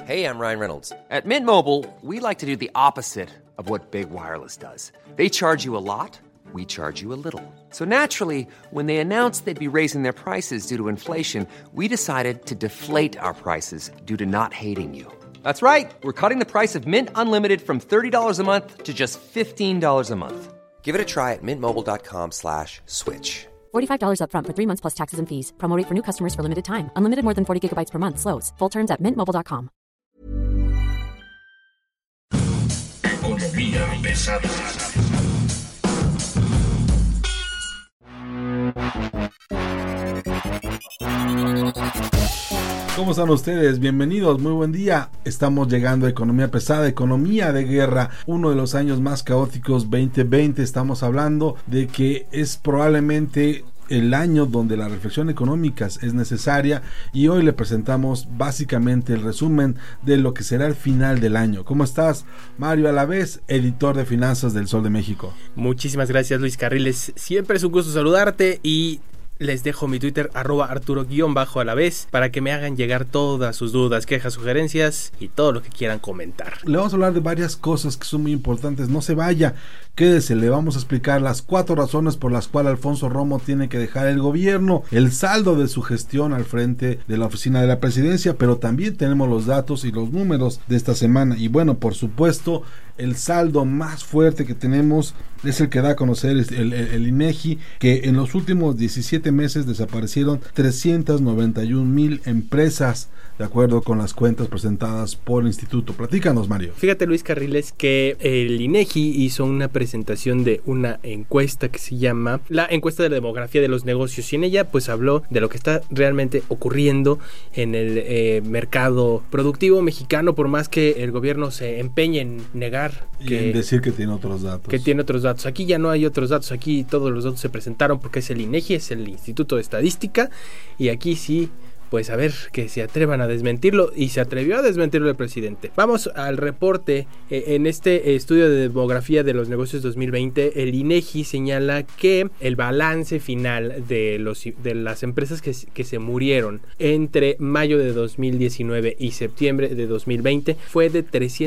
Hey, I'm Ryan Reynolds. At Mint Mobile, we like to do the opposite of what Big Wireless does. They charge you a lot, we charge you a little. So naturally, when they announced they'd be raising their prices due to inflation, we decided to deflate our prices due to not hating you. That's right. We're cutting the price of Mint Unlimited from $30 a month to just $15 a month. Give it a try at mintmobile.com/switch. $45 up front for 3 months plus taxes and fees. Promo rate for new customers for limited time. Unlimited more than 40 gigabytes per month. Slows full terms at mintmobile.com. Economía pesada. ¿Cómo están ustedes? Bienvenidos, muy buen día. Estamos llegando a Economía Pesada, Economía de Guerra, uno de los años más caóticos 2020. Estamos hablando de que es probablemente el año donde la reflexión económica es necesaria, y hoy le presentamos básicamente el resumen de lo que será el final del año. ¿Cómo estás, Mario Alavés, editor de finanzas del Sol de México? Muchísimas gracias, Luis Carriles. Siempre es un gusto saludarte y les dejo mi Twitter, @Arturo_Alavés, para que me hagan llegar todas sus dudas, quejas, sugerencias y todo lo que quieran comentar. Le vamos a hablar de varias cosas que son muy importantes. No se vaya, quédese, le vamos a explicar las 4 razones por las cuales Alfonso Romo tiene que dejar el gobierno, el saldo de su gestión al frente de la oficina de la presidencia, pero también tenemos los datos y los números de esta semana. Y bueno, por supuesto, el saldo más fuerte que tenemos es el que da a conocer el INEGI, que en los últimos 17 meses desaparecieron 391,000 empresas, de acuerdo con las cuentas presentadas por el instituto. Platícanos, Mario. Fíjate, Luis Carriles, que el INEGI hizo una presentación de una encuesta que se llama la encuesta de la demografía de los negocios, y en ella pues habló de lo que está realmente ocurriendo en el mercado productivo mexicano, por más que el gobierno se empeñe en negar y en decir que tiene otros datos. Que tiene otros datos. Aquí ya no hay otros datos, aquí todos los datos se presentaron porque es el INEGI, es el Instituto de Estadística, y aquí sí, pues a ver que se atrevan a desmentirlo, y se atrevió a desmentirlo el presidente. Vamos al reporte. En este estudio de demografía de los negocios 2020, el INEGI señala que el balance final de las empresas que se murieron entre mayo de 2019 y septiembre de 2020 fue de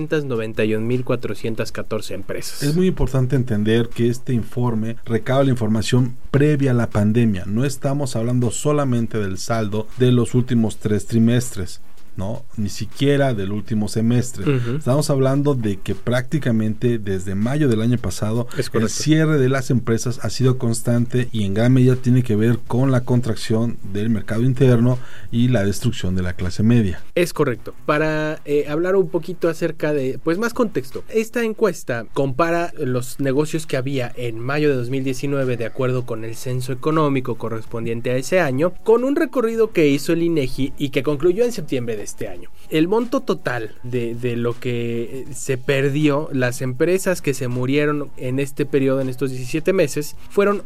391,414 empresas. Es muy importante entender que este informe recaba la información previa a la pandemia. No estamos hablando solamente del saldo de los últimos 3 trimestres, ¿no? Ni siquiera del último semestre. Estamos hablando de que prácticamente desde mayo del año pasado el cierre de las empresas ha sido constante, y en gran medida tiene que ver con la contracción del mercado interno y la destrucción de la clase media. Es correcto. Para hablar un poquito acerca de, pues, más contexto, esta encuesta compara los negocios que había en mayo de 2019 de acuerdo con el censo económico correspondiente a ese año, con un recorrido que hizo el INEGI y que concluyó en septiembre de este año. El monto total de lo que se perdió, las empresas que se murieron en este periodo, en estos 17 meses, fueron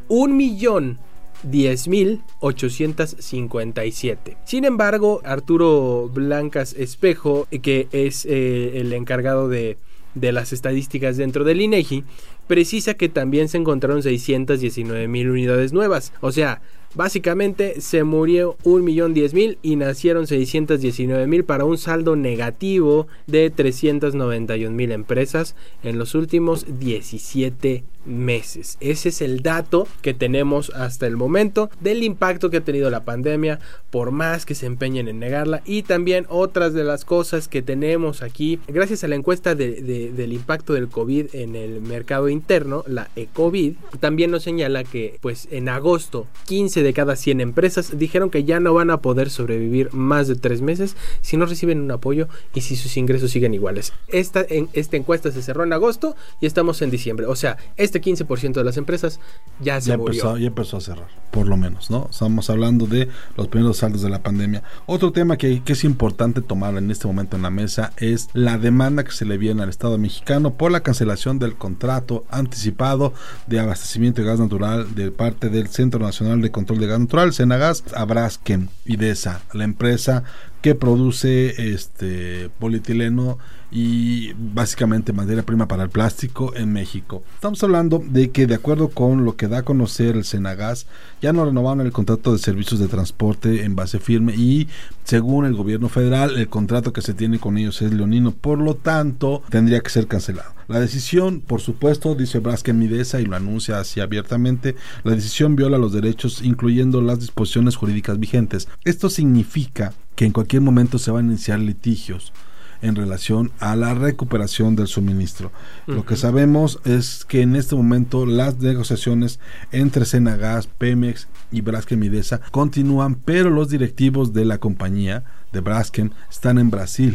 1,010,857. Sin embargo, Arturo Blancas Espejo, que es el encargado de las estadísticas dentro del INEGI, precisa que también se encontraron 619,000 unidades nuevas. O sea, básicamente se murió 1,010,000 y nacieron 619,000, para un saldo negativo de 391,000 empresas en los últimos 17 meses. Ese es el dato que tenemos hasta el momento del impacto que ha tenido la pandemia, por más que se empeñen en negarla. Y también otras de las cosas que tenemos aquí, gracias a la encuesta del impacto del COVID en el mercado interno, la ECOVID, también nos señala que pues en agosto 15 de cada 100 empresas dijeron que ya no van a poder sobrevivir más de 3 meses si no reciben un apoyo y si sus ingresos siguen iguales. Esta encuesta se cerró en agosto y estamos en diciembre. O sea, este 15% de las empresas ya murió. Ya empezó a cerrar, por lo menos, ¿no? Estamos hablando de los primeros saldos de la pandemia. Otro tema que es importante tomar en este momento en la mesa es la demanda que se le viene al Estado mexicano por la cancelación del contrato anticipado de abastecimiento de gas natural de parte del Centro Nacional de Control de Gas Natural, Cenagas, a Braskem Idesa, la empresa que produce polietileno y básicamente materia prima para el plástico en México. Estamos hablando de que, de acuerdo con lo que da a conocer el Senagas, ya no renovaron el contrato de servicios de transporte en base firme y, según el gobierno federal, el contrato que se tiene con ellos es leonino, por lo tanto tendría que ser cancelado. La decisión, por supuesto, dice Braskem Midesa y lo anuncia así abiertamente, la decisión viola los derechos, incluyendo las disposiciones jurídicas vigentes. Esto significa que en cualquier momento se van a iniciar litigios en relación a la recuperación del suministro. Lo que sabemos es que en este momento las negociaciones entre Senagas, Pemex y Braskem Midesa continúan, pero los directivos de la compañía de Braskem están en Brasil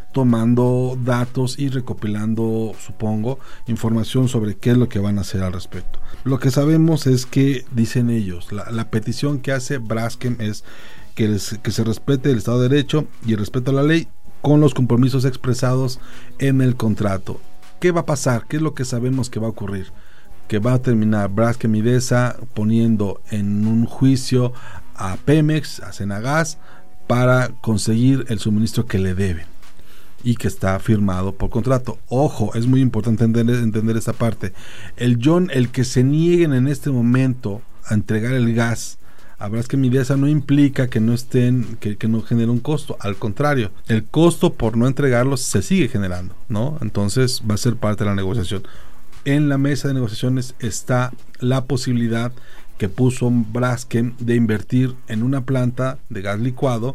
tomando datos y recopilando, supongo, información sobre qué es lo que van a hacer al respecto. Lo que sabemos es que, dicen ellos, la petición que hace Braskem es que se respete el Estado de Derecho y el respeto a la ley, con los compromisos expresados en el contrato. ¿Qué va a pasar? ¿Qué es lo que sabemos que va a ocurrir? Que va a terminar Braskem Midesa poniendo en un juicio a Pemex, a Senagas, para conseguir el suministro que le deben y que está firmado por contrato. Ojo, es muy importante entender esta parte. El que se nieguen en este momento a entregar el gas a Braskem Midesa no implica que no genere un costo, al contrario, el costo por no entregarlos se sigue generando, ¿no? Entonces va a ser parte de la negociación. En la mesa de negociaciones está la posibilidad que puso Braskem de invertir en una planta de gas licuado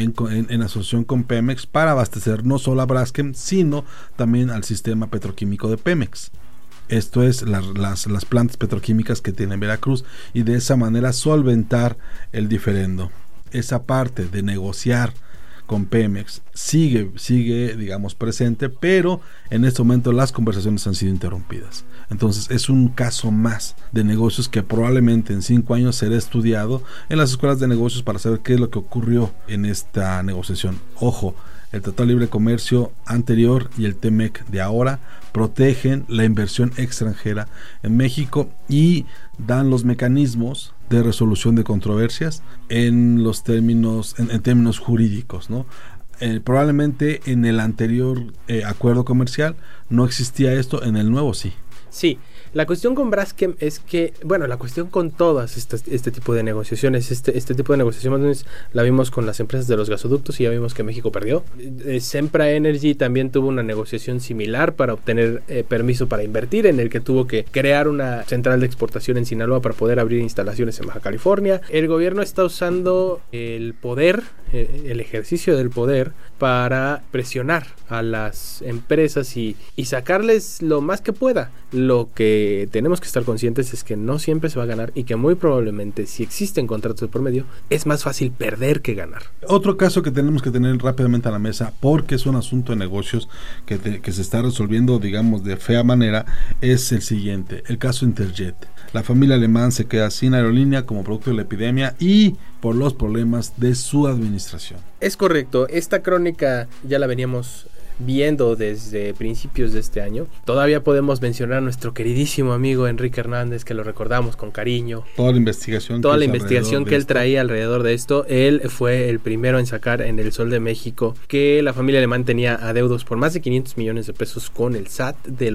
en asociación con Pemex para abastecer no solo a Braskem, sino también al sistema petroquímico de Pemex. Esto es las plantas petroquímicas que tiene Veracruz, y de esa manera solventar el diferendo. Esa parte de negociar con Pemex sigue digamos presente, pero en este momento las conversaciones han sido interrumpidas. Entonces es un caso más de negocios que probablemente en 5 años será estudiado en las escuelas de negocios para saber qué es lo que ocurrió en esta negociación. Ojo, el Tratado de Libre Comercio anterior y el TEMEC de ahora protegen la inversión extranjera en México y dan los mecanismos de resolución de controversias en los términos jurídicos, ¿no? Probablemente en el anterior acuerdo comercial no existía esto, en el nuevo sí. Sí, la cuestión con Braskem es que, la cuestión con todas este tipo de negociaciones, este tipo de negociaciones la vimos con las empresas de los gasoductos y ya vimos que México perdió. Sempra Energy también tuvo una negociación similar para obtener permiso para invertir, en el que tuvo que crear una central de exportación en Sinaloa para poder abrir instalaciones en Baja California. El gobierno está usando el poder, el ejercicio del poder, para presionar a las empresas y sacarles lo más que pueda. Lo que tenemos que estar conscientes es que no siempre se va a ganar y que muy probablemente, si existen contratos de por medio, es más fácil perder que ganar. Otro caso que tenemos que tener rápidamente a la mesa, porque es un asunto de negocios que se está resolviendo, digamos, de fea manera, es el siguiente: el caso Interjet. La familia alemán se queda sin aerolínea como producto de la epidemia y por los problemas de su administración. Es correcto, esta crónica ya la veníamos viendo desde principios de este año. Todavía podemos mencionar a nuestro queridísimo amigo Enrique Hernández, que lo recordamos con cariño. Toda la investigación que él traía alrededor de esto. Él fue el primero en sacar en El Sol de México que la familia alemán tenía adeudos por más de 500 millones de pesos con el SAT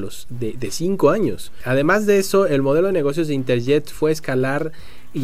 de 5 años. Además de eso, el modelo de negocios de Interjet fue escalar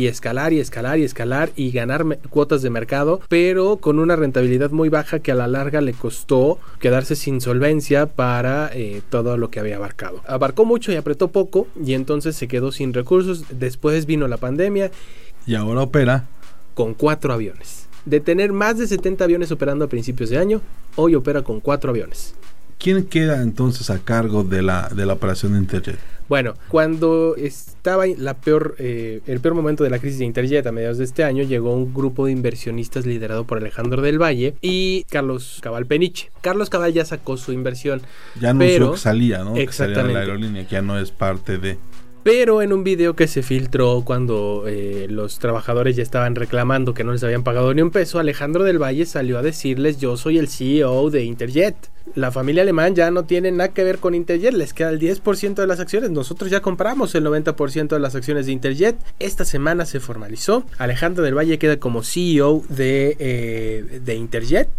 y ganar cuotas de mercado, pero con una rentabilidad muy baja que a la larga le costó quedarse sin solvencia para todo lo que había abarcado. Abarcó mucho y apretó poco, y entonces se quedó sin recursos. Después vino la pandemia y ahora opera con 4 aviones. De tener más de 70 aviones operando a principios de año, hoy opera con 4 aviones. ¿Quién queda entonces a cargo de la operación de Interjet? Bueno, cuando estaba el peor momento de la crisis de Interjet a mediados de este año, llegó un grupo de inversionistas liderado por Alejandro del Valle y Carlos Cabal Peniche. Carlos Cabal ya sacó su inversión. Ya anunció que salía, ¿no? Exactamente. Que salía de la aerolínea, que ya no es parte de... Pero en un video que se filtró cuando los trabajadores ya estaban reclamando que no les habían pagado ni un peso, Alejandro del Valle salió a decirles: yo soy el CEO de Interjet. La familia Alemán ya no tiene nada que ver con Interjet, les queda el 10% de las acciones. Nosotros ya compramos el 90% de las acciones de Interjet. Esta semana se formalizó. Alejandro del Valle queda como CEO de Interjet.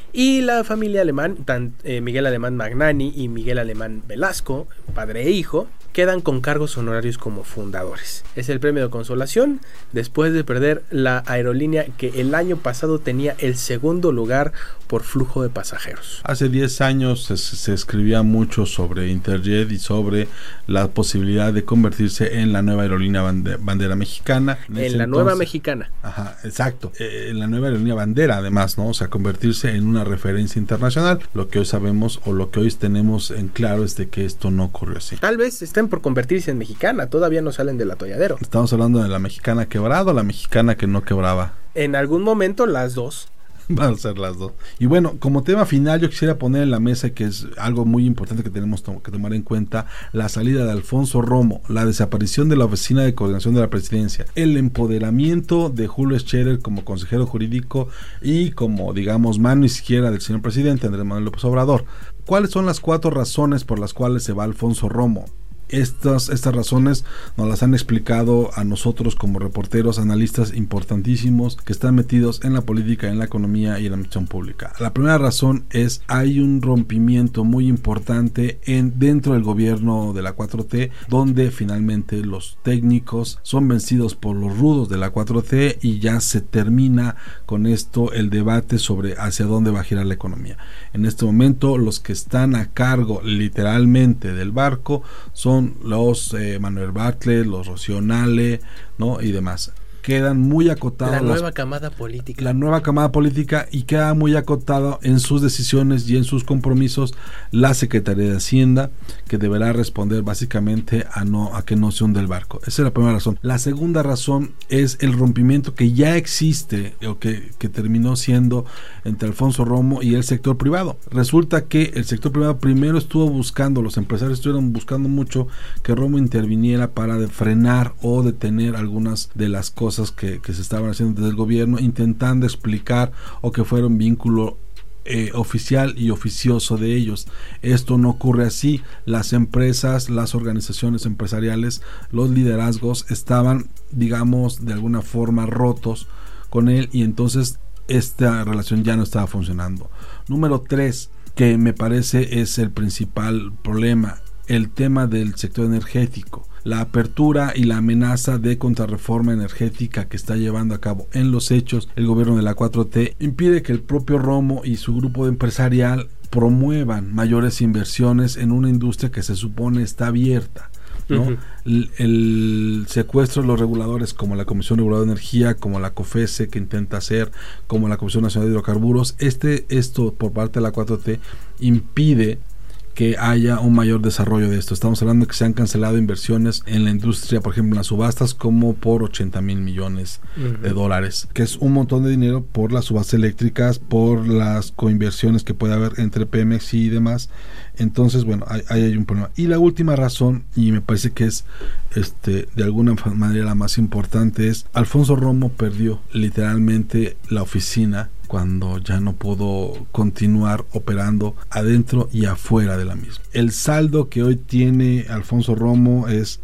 Y la familia Alemán, Miguel Alemán Magnani y Miguel Alemán Velasco, padre e hijo, quedan con cargos honorarios como fundadores. Es el premio de consolación después de perder la aerolínea que el año pasado tenía el segundo lugar por flujo de pasajeros. Hace 10 años se escribía mucho sobre Interjet y sobre la posibilidad de convertirse en la nueva aerolínea bandera mexicana. En la nueva mexicana. Ajá, exacto. En la nueva aerolínea bandera, además, ¿no? O sea, convertirse en una referencia internacional. Lo que hoy sabemos o lo que hoy tenemos en claro es de que esto no ocurrió así. Tal vez estén por convertirse en mexicana, todavía no salen del atolladero. Estamos hablando de la mexicana quebrada o la mexicana que no quebraba. En algún momento las dos. Van a ser las dos. Y bueno, como tema final yo quisiera poner en la mesa, que es algo muy importante que tenemos que tomar en cuenta, la salida de Alfonso Romo, la desaparición de la Oficina de Coordinación de la Presidencia, el empoderamiento de Julio Scherer como consejero jurídico y como, digamos, mano izquierda del señor presidente Andrés Manuel López Obrador. ¿Cuáles son las 4 razones por las cuales se va Alfonso Romo? Estas razones nos las han explicado a nosotros como reporteros, analistas importantísimos que están metidos en la política, en la economía y en la administración pública. La primera razón es: hay un rompimiento muy importante dentro del gobierno de la 4T, donde finalmente los técnicos son vencidos por los rudos de la 4T y ya se termina con esto el debate sobre hacia dónde va a girar la economía. En este momento los que están a cargo literalmente del barco son los Manuel Bartlett, los Rocío Nale, ¿no? Y demás. Quedan muy acotados. La nueva camada política. La nueva camada política, y queda muy acotado en sus decisiones y en sus compromisos la Secretaría de Hacienda, que deberá responder básicamente a que no se hunde el barco. Esa es la primera razón. La segunda razón es el rompimiento que ya existe o que terminó siendo entre Alfonso Romo y el sector privado. Resulta que el sector privado primero estuvo buscando, los empresarios estuvieron buscando mucho que Romo interviniera para frenar o detener algunas de las cosas que se estaban haciendo desde el gobierno, intentando explicar o que fuera un vínculo oficial y oficioso de ellos. Esto no ocurre así. Las empresas, las organizaciones empresariales, los liderazgos estaban, digamos, de alguna forma rotos con él, y entonces esta relación ya no estaba funcionando. Número 3, que me parece es el principal problema, el tema del sector energético. La apertura y la amenaza de contrarreforma energética que está llevando a cabo en los hechos el gobierno de la 4T impide que el propio Romo y su grupo empresarial promuevan mayores inversiones en una industria que se supone está abierta, ¿no? Uh-huh. El secuestro de los reguladores, como la Comisión Reguladora de Energía, como la COFESE que intenta hacer, como la Comisión Nacional de Hidrocarburos, esto por parte de la 4T impide que haya un mayor desarrollo de esto. Estamos hablando de que se han cancelado inversiones en la industria, por ejemplo en las subastas, como por 80,000 millones de dólares, que es un montón de dinero por las subastas eléctricas, por las coinversiones que puede haber entre Pemex y demás. Entonces, bueno, ahí hay un problema. Y la última razón, y me parece que es de alguna manera la más importante, es Alfonso Romo perdió literalmente la oficina cuando ya no pudo continuar operando adentro y afuera de la misma. El saldo que hoy tiene Alfonso Romo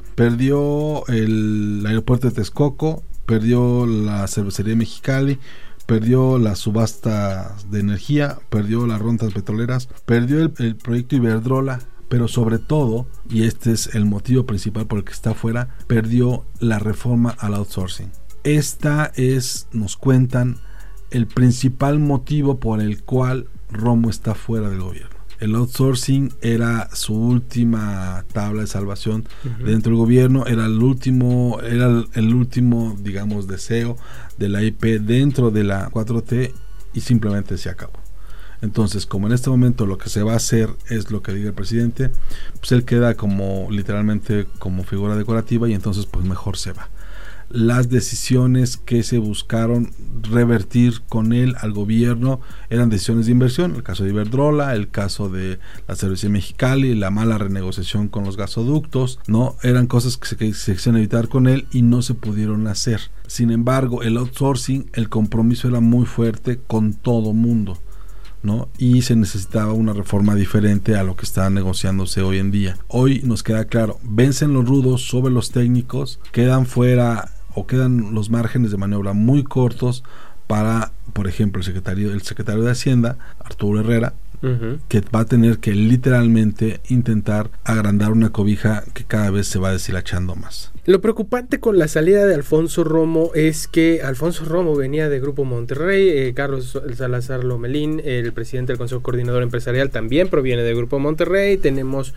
perdió el aeropuerto de Texcoco, perdió la cervecería Mexicali, perdió las subastas de energía, perdió las rondas petroleras, perdió el proyecto Iberdrola, pero sobre todo, y este es el motivo principal por el que está fuera, perdió la reforma al outsourcing. Esta es, nos cuentan, el principal motivo por el cual Romo está fuera del gobierno. El outsourcing era su última tabla de salvación dentro del gobierno, era el último, digamos, deseo de la IP dentro de la 4T, y simplemente se acabó. Entonces, como en este momento lo que se va a hacer es lo que diga el presidente, pues él queda como literalmente como figura decorativa, y entonces pues mejor se va. Las decisiones que se buscaron revertir con él al gobierno eran decisiones de inversión, el caso de Iberdrola, el caso de la cervecería Mexicali, la mala renegociación con los gasoductos, no eran cosas que se quisieron evitar con él y no se pudieron hacer. Sin embargo, el outsourcing, el compromiso era muy fuerte con todo mundo, ¿no? Y se necesitaba una reforma diferente a lo que está negociándose hoy en día. Hoy nos queda claro, vencen los rudos sobre los técnicos, quedan fuera o quedan los márgenes de maniobra muy cortos para, por ejemplo, el secretario de Hacienda, Arturo Herrera, que va a tener que literalmente intentar agrandar una cobija que cada vez se va deshilachando más. Lo preocupante con la salida de Alfonso Romo es que Alfonso Romo venía de Grupo Monterrey, Carlos Salazar Lomelín, el presidente del Consejo Coordinador Empresarial, también proviene de Grupo Monterrey. Tenemos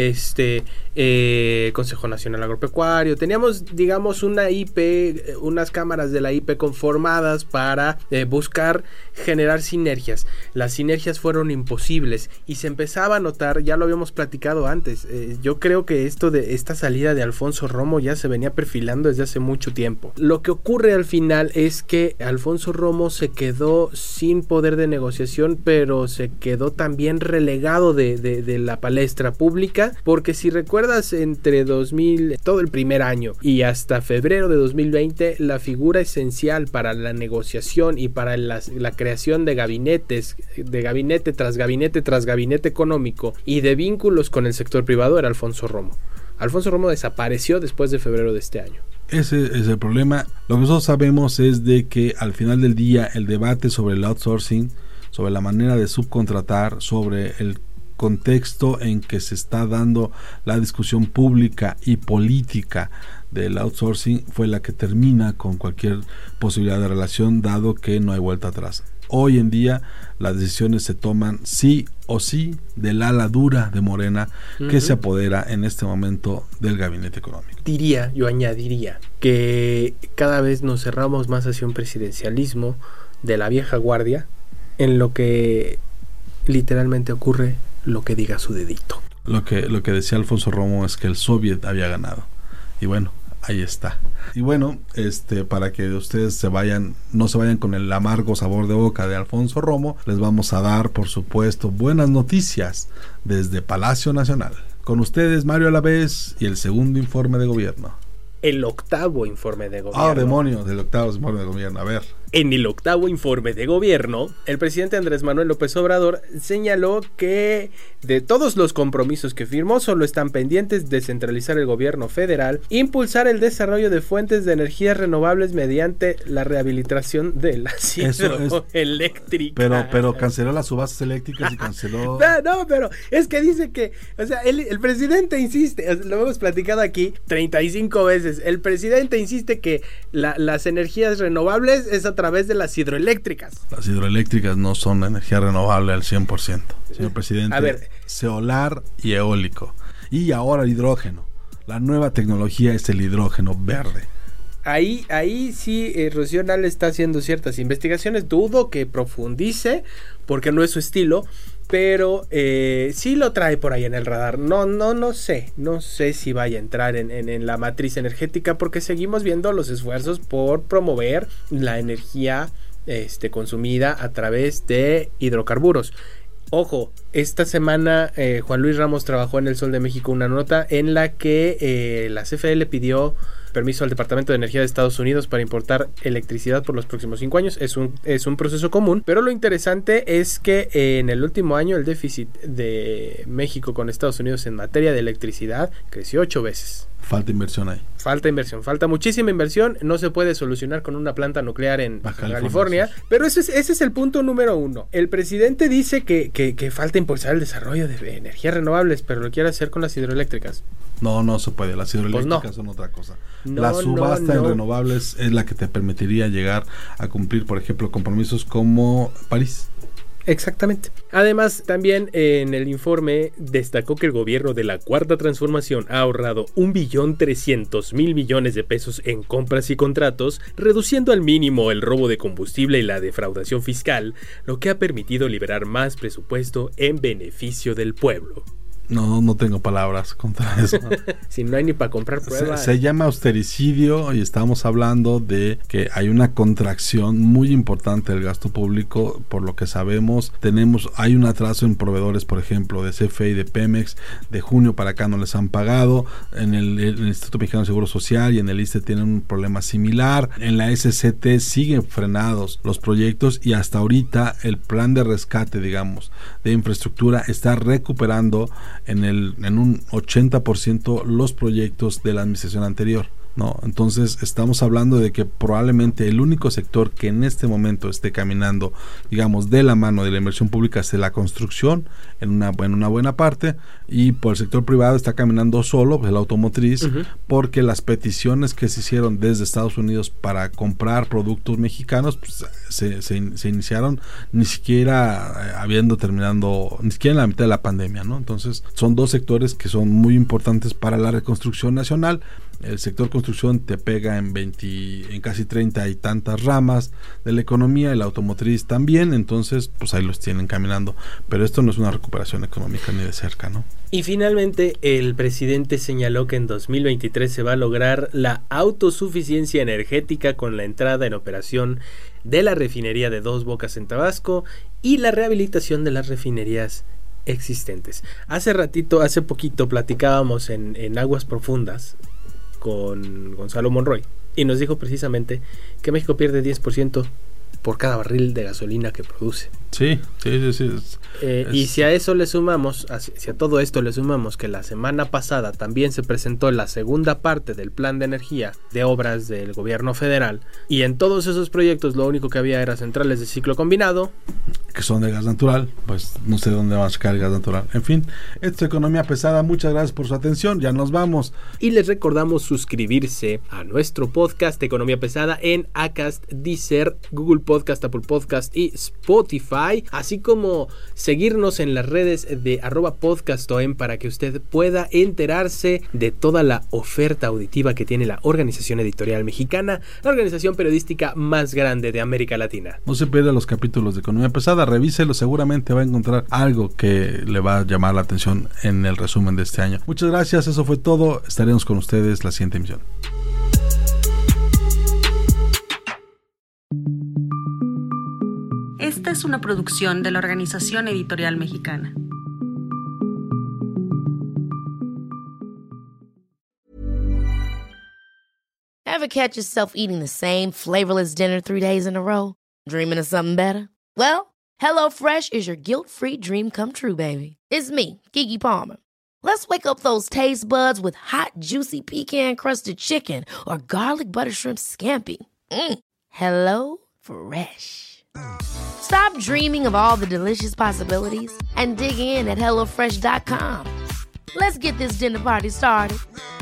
Consejo Nacional Agropecuario, teníamos, digamos, una IP, unas cámaras de la IP conformadas para buscar generar sinergias. Las sinergias fueron imposibles y se empezaba a notar, ya lo habíamos platicado antes, yo creo que esta salida de Alfonso Romo ya se venía perfilando desde hace mucho tiempo. Lo que ocurre al final es que Alfonso Romo se quedó sin poder de negociación, pero se quedó también relegado de la palestra pública, porque si recuerdas, entre todo el primer año y hasta febrero de 2020, la figura esencial para la negociación y para la creación de gabinetes, de gabinete tras gabinete económico y de vínculos con el sector privado, era Alfonso Romo. Alfonso Romo desapareció después de febrero de este año. Ese es el problema. Lo que nosotros sabemos es de que al final del día el debate sobre el outsourcing, sobre la manera de subcontratar, sobre el contexto en que se está dando la discusión pública y política del outsourcing, fue la que termina con cualquier posibilidad de relación, dado que no hay vuelta atrás. Hoy en día las decisiones se toman sí o sí del ala dura de Morena, que se apodera en este momento del gabinete económico. Yo añadiría que cada vez nos cerramos más hacia un presidencialismo de la vieja guardia, en lo que literalmente ocurre lo que diga su dedito. Lo que decía Alfonso Romo es que el Soviet había ganado. Y bueno, ahí está. Y bueno, para que ustedes no se vayan con el amargo sabor de boca de Alfonso Romo, les vamos a dar, por supuesto, buenas noticias desde Palacio Nacional. Con ustedes, Mario Alavés y el segundo informe de gobierno. El octavo informe de gobierno. Demonios, el octavo informe de gobierno. A ver. En el octavo informe de gobierno, el presidente Andrés Manuel López Obrador señaló que de todos los compromisos que firmó, solo están pendientes descentralizar el gobierno federal, impulsar el desarrollo de fuentes de energías renovables mediante la rehabilitación de las hidroeléctricas. Pero canceló las subastas eléctricas y canceló... No, pero es que dice que, o sea, el presidente insiste, lo hemos platicado aquí 35 veces, el presidente insiste que las energías renovables es a través de las hidroeléctricas. Las hidroeléctricas no son energía renovable al 100%. Señor presidente, a ver, solar y eólico. Y ahora el hidrógeno. La nueva tecnología es el hidrógeno verde. Ahí sí, Rocío Nale está haciendo ciertas investigaciones. Dudo que profundice, porque no es su estilo, pero sí lo trae por ahí en el radar. No sé si vaya a entrar en la matriz energética, porque seguimos viendo los esfuerzos por promover la energía consumida a través de hidrocarburos. Ojo, esta semana Juan Luis Ramos trabajó en El Sol de México una nota en la que la CFE le pidió permiso al Departamento de Energía de Estados Unidos para importar electricidad por los próximos 5 años. Es un proceso común, pero lo interesante es que en el último año el déficit de México con Estados Unidos en materia de electricidad creció 8 veces. Falta inversión ahí. Falta muchísima inversión. No se puede solucionar con una planta nuclear en Baja California. Pero ese es el punto número 1. El presidente dice que falta impulsar el desarrollo de energías renovables, pero lo quiere hacer con las hidroeléctricas. No se puede. Las hidroeléctricas son otra cosa. La subasta en renovables es la que te permitiría llegar a cumplir, por ejemplo, compromisos como París. Exactamente. Además, también en el informe destacó que el gobierno de la Cuarta Transformación ha ahorrado 1.300.000 millones de pesos en compras y contratos, reduciendo al mínimo el robo de combustible y la defraudación fiscal, lo que ha permitido liberar más presupuesto en beneficio del pueblo. No tengo palabras contra eso. Si no hay ni para comprar pruebas. Se llama austericidio y estamos hablando de que hay una contracción muy importante del gasto público. Por lo que sabemos, hay un atraso en proveedores, por ejemplo, de CFE y de Pemex. De junio para acá no les han pagado. En el Instituto Mexicano de Seguro Social y en el ISSSTE tienen un problema similar. En la SCT siguen frenados los proyectos y hasta ahorita el plan de rescate, digamos, de infraestructura está recuperando en un 80% los proyectos de la administración anterior, ¿no? Entonces estamos hablando de que probablemente el único sector que en este momento esté caminando, digamos, de la mano de la inversión pública es la construcción en una buena parte, y por el sector privado está caminando solo, pues el automotriz, porque las peticiones que se hicieron desde Estados Unidos para comprar productos mexicanos, pues, se iniciaron ni siquiera habiendo terminado, ni siquiera en la mitad de la pandemia, ¿no? Entonces son dos sectores que son muy importantes para la reconstrucción nacional. El sector construcción te pega en casi 30 y tantas ramas de la economía, el automotriz también, entonces pues ahí los tienen caminando, pero esto no es una recuperación económica ni de cerca, ¿no? Y finalmente el presidente señaló que en 2023 se va a lograr la autosuficiencia energética con la entrada en operación de la refinería de Dos Bocas en Tabasco y la rehabilitación de las refinerías existentes. Hace poquito platicábamos en Aguas Profundas con Gonzalo Monroy y nos dijo precisamente que México pierde 10% por cada barril de gasolina que produce. Sí. Y si a eso le sumamos, si a todo esto le sumamos que la semana pasada también se presentó la segunda parte del plan de energía de obras del gobierno federal, y en todos esos proyectos lo único que había era centrales de ciclo combinado, que son de gas natural, pues no sé dónde van a sacar el gas natural. En fin, esto es Economía Pesada, muchas gracias por su atención, ya nos vamos. Y les recordamos suscribirse a nuestro podcast Economía Pesada en Acast, Deezer, Google Podcast, Apple Podcast y Spotify, así como seguirnos en las redes de @podcastom para que usted pueda enterarse de toda la oferta auditiva que tiene la Organización Editorial Mexicana, la organización periodística más grande de América Latina. No se pierda los capítulos de Economía Pesada, revíselo, seguramente va a encontrar algo que le va a llamar la atención en el resumen de este año. Muchas gracias, eso fue todo, estaremos con ustedes la siguiente emisión. Esta es una producción de la Organización Editorial Mexicana. Ever catch yourself eating the same flavorless dinner 3 days in a row? Dreaming of something better? Well, HelloFresh is your guilt-free dream come true, baby. It's me, Keke Palmer. Let's wake up those taste buds with hot, juicy pecan-crusted chicken or garlic butter shrimp scampi. Hello Fresh. Stop dreaming of all the delicious possibilities and dig in at HelloFresh.com. Let's get this dinner party started.